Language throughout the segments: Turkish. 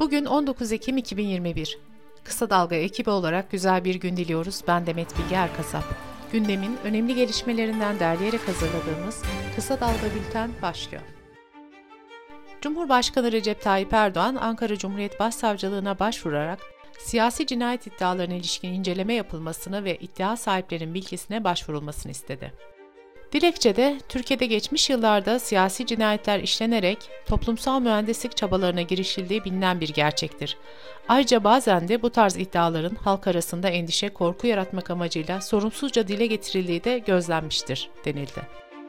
Bugün 19 Ekim 2021. Kısa Dalga ekibi olarak güzel bir gün diliyoruz. Ben Demet Bilge Erkasap. Gündemin önemli gelişmelerinden derleyerek hazırladığımız Kısa Dalga Bülten başlıyor. Cumhurbaşkanı Recep Tayyip Erdoğan, Ankara Cumhuriyet Başsavcılığına başvurarak siyasi cinayet iddialarına ilişkin inceleme yapılmasını ve iddia sahiplerinin bilgisine başvurulmasını istedi. Dilekçede, Türkiye'de geçmiş yıllarda siyasi cinayetler işlenerek toplumsal mühendislik çabalarına girişildiği bilinen bir gerçektir. Ayrıca bazen de bu tarz iddiaların halk arasında endişe, korku yaratmak amacıyla sorumsuzca dile getirildiği de gözlenmiştir, denildi.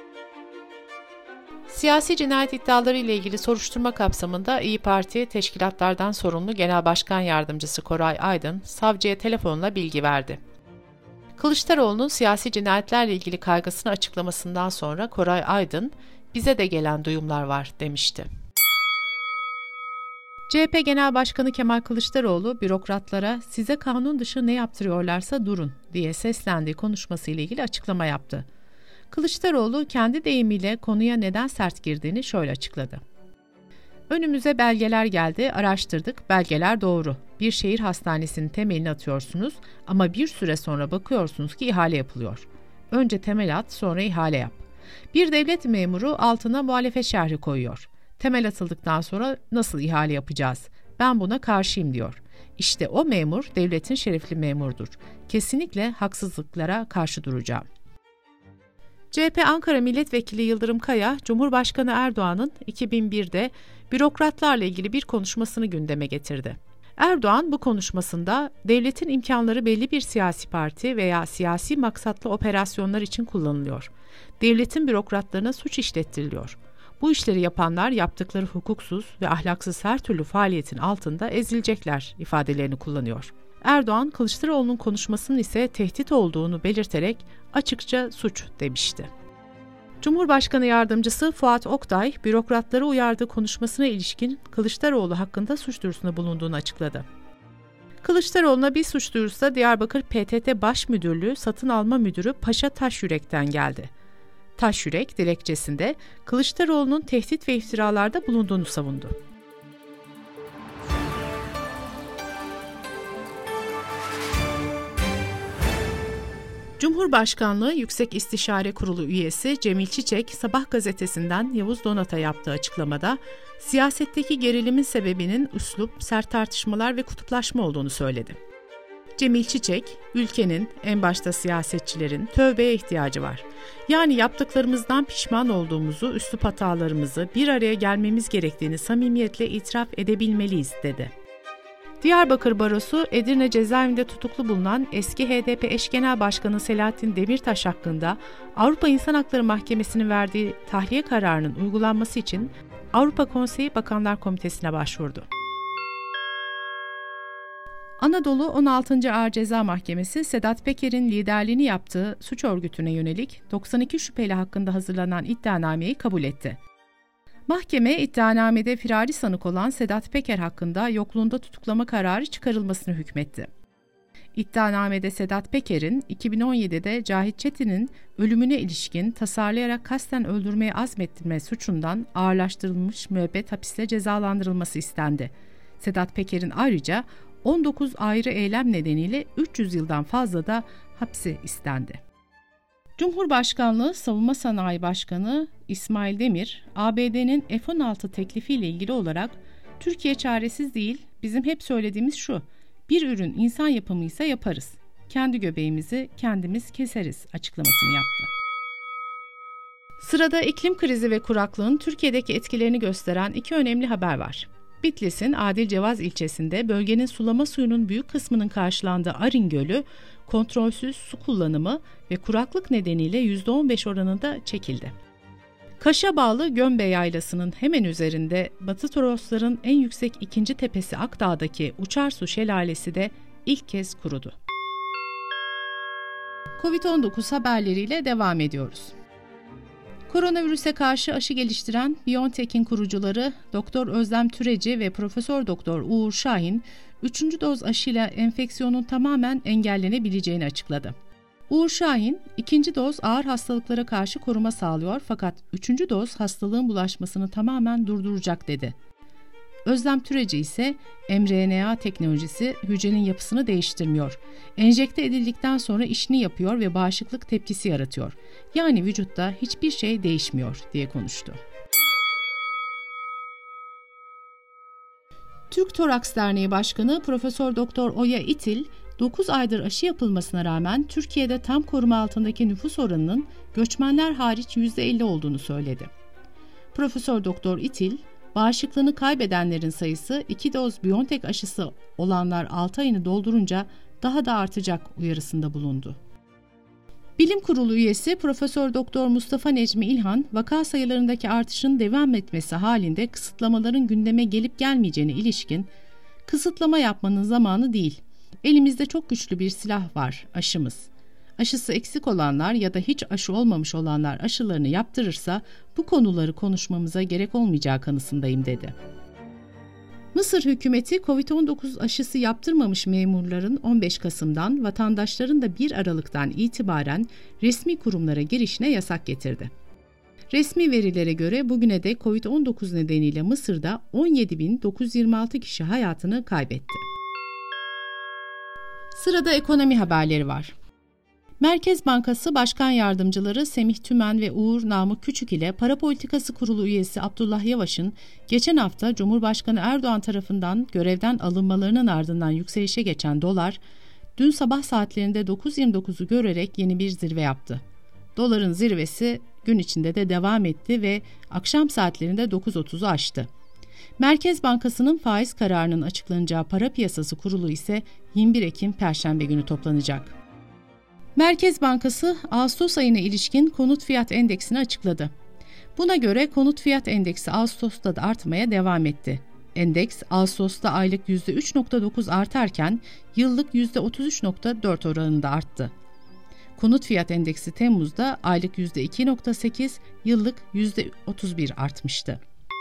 Siyasi cinayet iddiaları ile ilgili soruşturma kapsamında İYİ Parti teşkilatlardan sorumlu Genel Başkan Yardımcısı Koray Aydın, savcıya telefonla bilgi verdi. Kılıçdaroğlu'nun siyasi cinayetlerle ilgili kaygısını açıklamasından sonra Koray Aydın, "Bize de gelen duyumlar var," demişti. CHP Genel Başkanı Kemal Kılıçdaroğlu, bürokratlara "size kanun dışı ne yaptırıyorlarsa durun," diye seslendiği konuşmasıyla ilgili açıklama yaptı. Kılıçdaroğlu kendi deyimiyle konuya neden sert girdiğini şöyle açıkladı. "Önümüze belgeler geldi, araştırdık, belgeler doğru. Bir şehir hastanesinin temelini atıyorsunuz ama bir süre sonra bakıyorsunuz ki ihale yapılıyor. Önce temel at, sonra ihale yap. Bir devlet memuru altına muhalefet şerhi koyuyor. Temel atıldıktan sonra nasıl ihale yapacağız? Ben buna karşıyım," diyor. İşte o memur devletin şerefli memurdur. Kesinlikle haksızlıklara karşı duracağım. CHP Ankara Milletvekili Yıldırım Kaya, Cumhurbaşkanı Erdoğan'ın 2001'de bürokratlarla ilgili bir konuşmasını gündeme getirdi. Erdoğan bu konuşmasında devletin imkanları belli bir siyasi parti veya siyasi maksatlı operasyonlar için kullanılıyor. Devletin bürokratlarına suç işlettiriliyor. Bu işleri yapanlar yaptıkları hukuksuz ve ahlaksız her türlü faaliyetin altında ezilecekler ifadelerini kullanıyor. Erdoğan, Kılıçdaroğlu'nun konuşmasının ise tehdit olduğunu belirterek açıkça suç demişti. Cumhurbaşkanı Yardımcısı Fuat Oktay, bürokratları uyardığı konuşmasına ilişkin Kılıçdaroğlu hakkında suç duyurusunda bulunduğunu açıkladı. Kılıçdaroğlu'na bir suç duyurusu da Diyarbakır PTT Baş Müdürlüğü Satın Alma Müdürü Paşa Taşyürek'ten geldi. Taşyürek dilekçesinde Kılıçdaroğlu'nun tehdit ve iftiralarda bulunduğunu savundu. Cumhurbaşkanlığı Yüksek İstişare Kurulu üyesi Cemil Çiçek, Sabah gazetesinden Yavuz Donat'a yaptığı açıklamada, siyasetteki gerilimin sebebinin üslup, sert tartışmalar ve kutuplaşma olduğunu söyledi. Cemil Çiçek, ülkenin, en başta siyasetçilerin tövbeye ihtiyacı var. Yani yaptıklarımızdan pişman olduğumuzu, üslup hatalarımızı, bir araya gelmemiz gerektiğini samimiyetle itiraf edebilmeliyiz, dedi. Diyarbakır Barosu, Edirne cezaevinde tutuklu bulunan eski HDP eş genel başkanı Selahattin Demirtaş hakkında Avrupa İnsan Hakları Mahkemesi'nin verdiği tahliye kararının uygulanması için Avrupa Konseyi Bakanlar Komitesi'ne başvurdu. Anadolu 16. Ağır Ceza Mahkemesi, Sedat Peker'in liderliğini yaptığı suç örgütüne yönelik 92 şüpheli hakkında hazırlanan iddianameyi kabul etti. Mahkeme, iddianamede firari sanık olan Sedat Peker hakkında yokluğunda tutuklama kararı çıkarılmasını hükmetti. İddianamede Sedat Peker'in 2017'de Cahit Çetin'in ölümüne ilişkin tasarlayarak kasten öldürmeye azmettirme suçundan ağırlaştırılmış müebbet hapisle cezalandırılması istendi. Sedat Peker'in ayrıca 19 ayrı eylem nedeniyle 300 yıldan fazla da hapsi istendi. Cumhurbaşkanlığı Savunma Sanayi Başkanı İsmail Demir, ABD'nin F-16 teklifiyle ilgili olarak "Türkiye çaresiz değil, bizim hep söylediğimiz şu, bir ürün insan yapımıysa yaparız, kendi göbeğimizi kendimiz keseriz" açıklamasını yaptı. Sırada iklim krizi ve kuraklığın Türkiye'deki etkilerini gösteren iki önemli haber var. Bitlis'in Adilcevaz ilçesinde bölgenin sulama suyunun büyük kısmının karşılandığı Arin Gölü, kontrolsüz su kullanımı ve kuraklık nedeniyle %15 oranında çekildi. Kaş'a bağlı Gömbe Yaylası'nın hemen üzerinde Batı Torosların en yüksek ikinci tepesi Akdağ'daki Uçarsu Şelalesi de ilk kez kurudu. Covid-19 haberleriyle devam ediyoruz. Koronavirüse karşı aşı geliştiren BioNTech'in kurucuları Dr. Özlem Türeci ve Profesör Doktor Uğur Şahin, 3. doz aşıyla enfeksiyonun tamamen engellenebileceğini açıkladı. Uğur Şahin, 2. doz ağır hastalıklara karşı koruma sağlıyor fakat 3. doz hastalığın bulaşmasını tamamen durduracak dedi. Özlem Türeci ise mRNA teknolojisi hücrenin yapısını değiştirmiyor. Enjekte edildikten sonra işini yapıyor ve bağışıklık tepkisi yaratıyor. Yani vücutta hiçbir şey değişmiyor diye konuştu. Türk Toraks Derneği Başkanı Profesör Doktor Oya İtil, 9 aydır aşı yapılmasına rağmen Türkiye'de tam koruma altındaki nüfus oranının göçmenler hariç %50 olduğunu söyledi. Profesör Doktor İtil, bağışıklığını kaybedenlerin sayısı 2 doz BioNTech aşısı olanlar 6 ayını doldurunca daha da artacak uyarısında bulundu. Bilim Kurulu üyesi Profesör Doktor Mustafa Necmi İlhan, vaka sayılarındaki artışın devam etmesi halinde kısıtlamaların gündeme gelip gelmeyeceğine ilişkin, kısıtlama yapmanın zamanı değil, elimizde çok güçlü bir silah var, aşımız. Aşısı eksik olanlar ya da hiç aşı olmamış olanlar aşılarını yaptırırsa bu konuları konuşmamıza gerek olmayacağı kanısındayım dedi. Mısır hükümeti COVID-19 aşısı yaptırmamış memurların 15 Kasım'dan, vatandaşların da 1 Aralık'tan itibaren resmi kurumlara girişine yasak getirdi. Resmi verilere göre bugüne dek COVID-19 nedeniyle Mısır'da 17.926 kişi hayatını kaybetti. Sırada ekonomi haberleri var. Merkez Bankası Başkan Yardımcıları Semih Tümen ve Uğur Namık Küçük ile Para Politikası Kurulu üyesi Abdullah Yavaş'ın geçen hafta Cumhurbaşkanı Erdoğan tarafından görevden alınmalarının ardından yükselişe geçen dolar, dün sabah saatlerinde 9.29'u görerek yeni bir zirve yaptı. Doların zirvesi gün içinde de devam etti ve akşam saatlerinde 9.30'u aştı. Merkez Bankası'nın faiz kararının açıklanacağı Para Piyasası Kurulu ise 21 Ekim Perşembe günü toplanacak. Merkez Bankası Ağustos ayına ilişkin konut fiyat endeksini açıkladı. Buna göre konut fiyat endeksi Ağustos'ta da artmaya devam etti. Endeks Ağustos'ta aylık %3.9 artarken yıllık %33.4 oranında arttı. Konut fiyat endeksi Temmuz'da aylık %2.8, yıllık %31 artmıştı.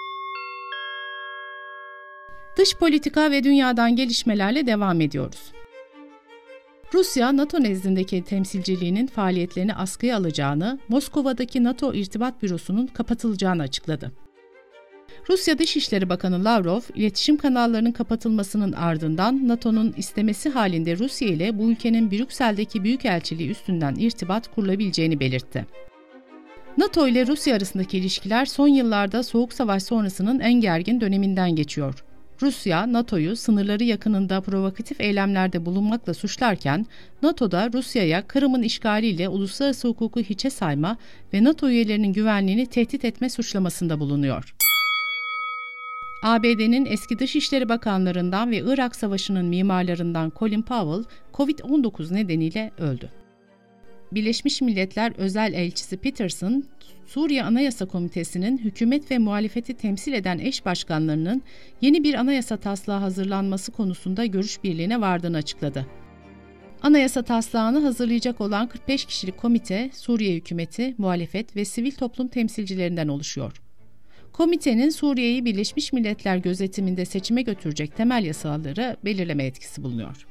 Dış politika ve dünyadan gelişmelerle devam ediyoruz. Rusya, NATO nezdindeki temsilciliğinin faaliyetlerini askıya alacağını, Moskova'daki NATO İrtibat Bürosu'nun kapatılacağını açıkladı. Rusya Dışişleri Bakanı Lavrov, iletişim kanallarının kapatılmasının ardından NATO'nun istemesi halinde Rusya ile bu ülkenin Brüksel'deki büyükelçiliği üstünden irtibat kurulabileceğini belirtti. NATO ile Rusya arasındaki ilişkiler son yıllarda Soğuk Savaş sonrasının en gergin döneminden geçiyor. Rusya, NATO'yu sınırları yakınında provokatif eylemlerde bulunmakla suçlarken, NATO da Rusya'ya Kırım'ın işgaliyle uluslararası hukuku hiçe sayma ve NATO üyelerinin güvenliğini tehdit etme suçlamasında bulunuyor. ABD'nin eski Dışişleri Bakanlarından ve Irak Savaşı'nın mimarlarından Colin Powell, COVID-19 nedeniyle öldü. Birleşmiş Milletler Özel Elçisi Peterson, Suriye Anayasa Komitesi'nin hükümet ve muhalefeti temsil eden eş başkanlarının yeni bir anayasa taslağı hazırlanması konusunda görüş birliğine vardığını açıkladı. Anayasa taslağını hazırlayacak olan 45 kişilik komite, Suriye hükümeti, muhalefet ve sivil toplum temsilcilerinden oluşuyor. Komitenin Suriye'yi Birleşmiş Milletler gözetiminde seçime götürecek temel yasaları belirleme etkisi bulunuyor.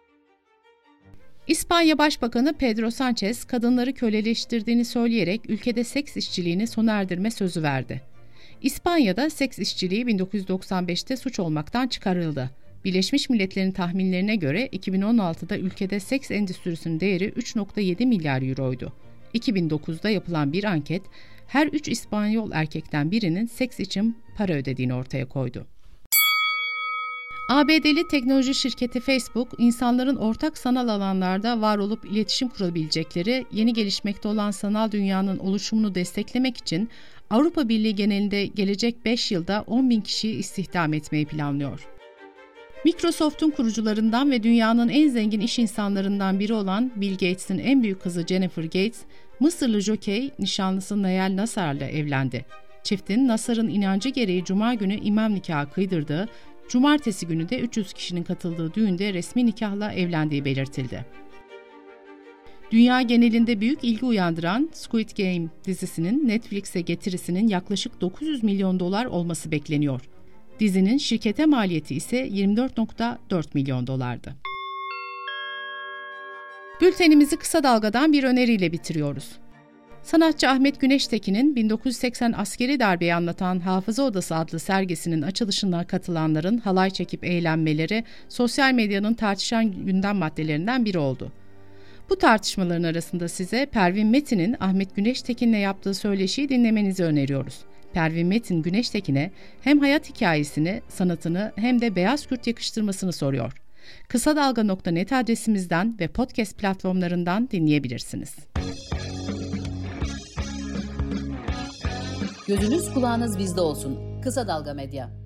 İspanya Başbakanı Pedro Sánchez, kadınları köleleştirdiğini söyleyerek ülkede seks işçiliğini sona erdirme sözü verdi. İspanya'da seks işçiliği 1995'te suç olmaktan çıkarıldı. Birleşmiş Milletler'in tahminlerine göre 2016'da ülkede seks endüstrisinin değeri 3.7 milyar euroydu. 2009'da yapılan bir anket, her 3 İspanyol erkekten birinin seks için para ödediğini ortaya koydu. ABD'li teknoloji şirketi Facebook, insanların ortak sanal alanlarda var olup iletişim kurabilecekleri yeni gelişmekte olan sanal dünyanın oluşumunu desteklemek için Avrupa Birliği genelinde gelecek 5 yılda 10.000 kişiyi istihdam etmeyi planlıyor. Microsoft'un kurucularından ve dünyanın en zengin iş insanlarından biri olan Bill Gates'in en büyük kızı Jennifer Gates, Mısırlı jokey nişanlısı Nayel Nassar'la evlendi. Çiftin Nassar'ın inancı gereği Cuma günü imam nikahı kıydırdığı, Cumartesi günü de 300 kişinin katıldığı düğünde resmi nikahla evlendiği belirtildi. Dünya genelinde büyük ilgi uyandıran Squid Game dizisinin Netflix'e getirisinin yaklaşık 900 milyon dolar olması bekleniyor. Dizinin şirkete maliyeti ise 24.4 milyon dolardı. Bültenimizi kısa dalgadan bir öneriyle bitiriyoruz. Sanatçı Ahmet Güneştekin'in 1980 askeri darbeyi anlatan Hafıza Odası adlı sergisinin açılışına katılanların halay çekip eğlenmeleri sosyal medyanın tartışan gündem maddelerinden biri oldu. Bu tartışmaların arasında size Pervin Metin'in Ahmet Güneştekin'le yaptığı söyleşiyi dinlemenizi öneriyoruz. Pervin Metin Güneştekin'e hem hayat hikayesini, sanatını hem de beyaz Kürt yakıştırmasını soruyor. Kısadalga.net adresimizden ve podcast platformlarından dinleyebilirsiniz. Gözünüz kulağınız bizde olsun. Kısa Dalga Medya.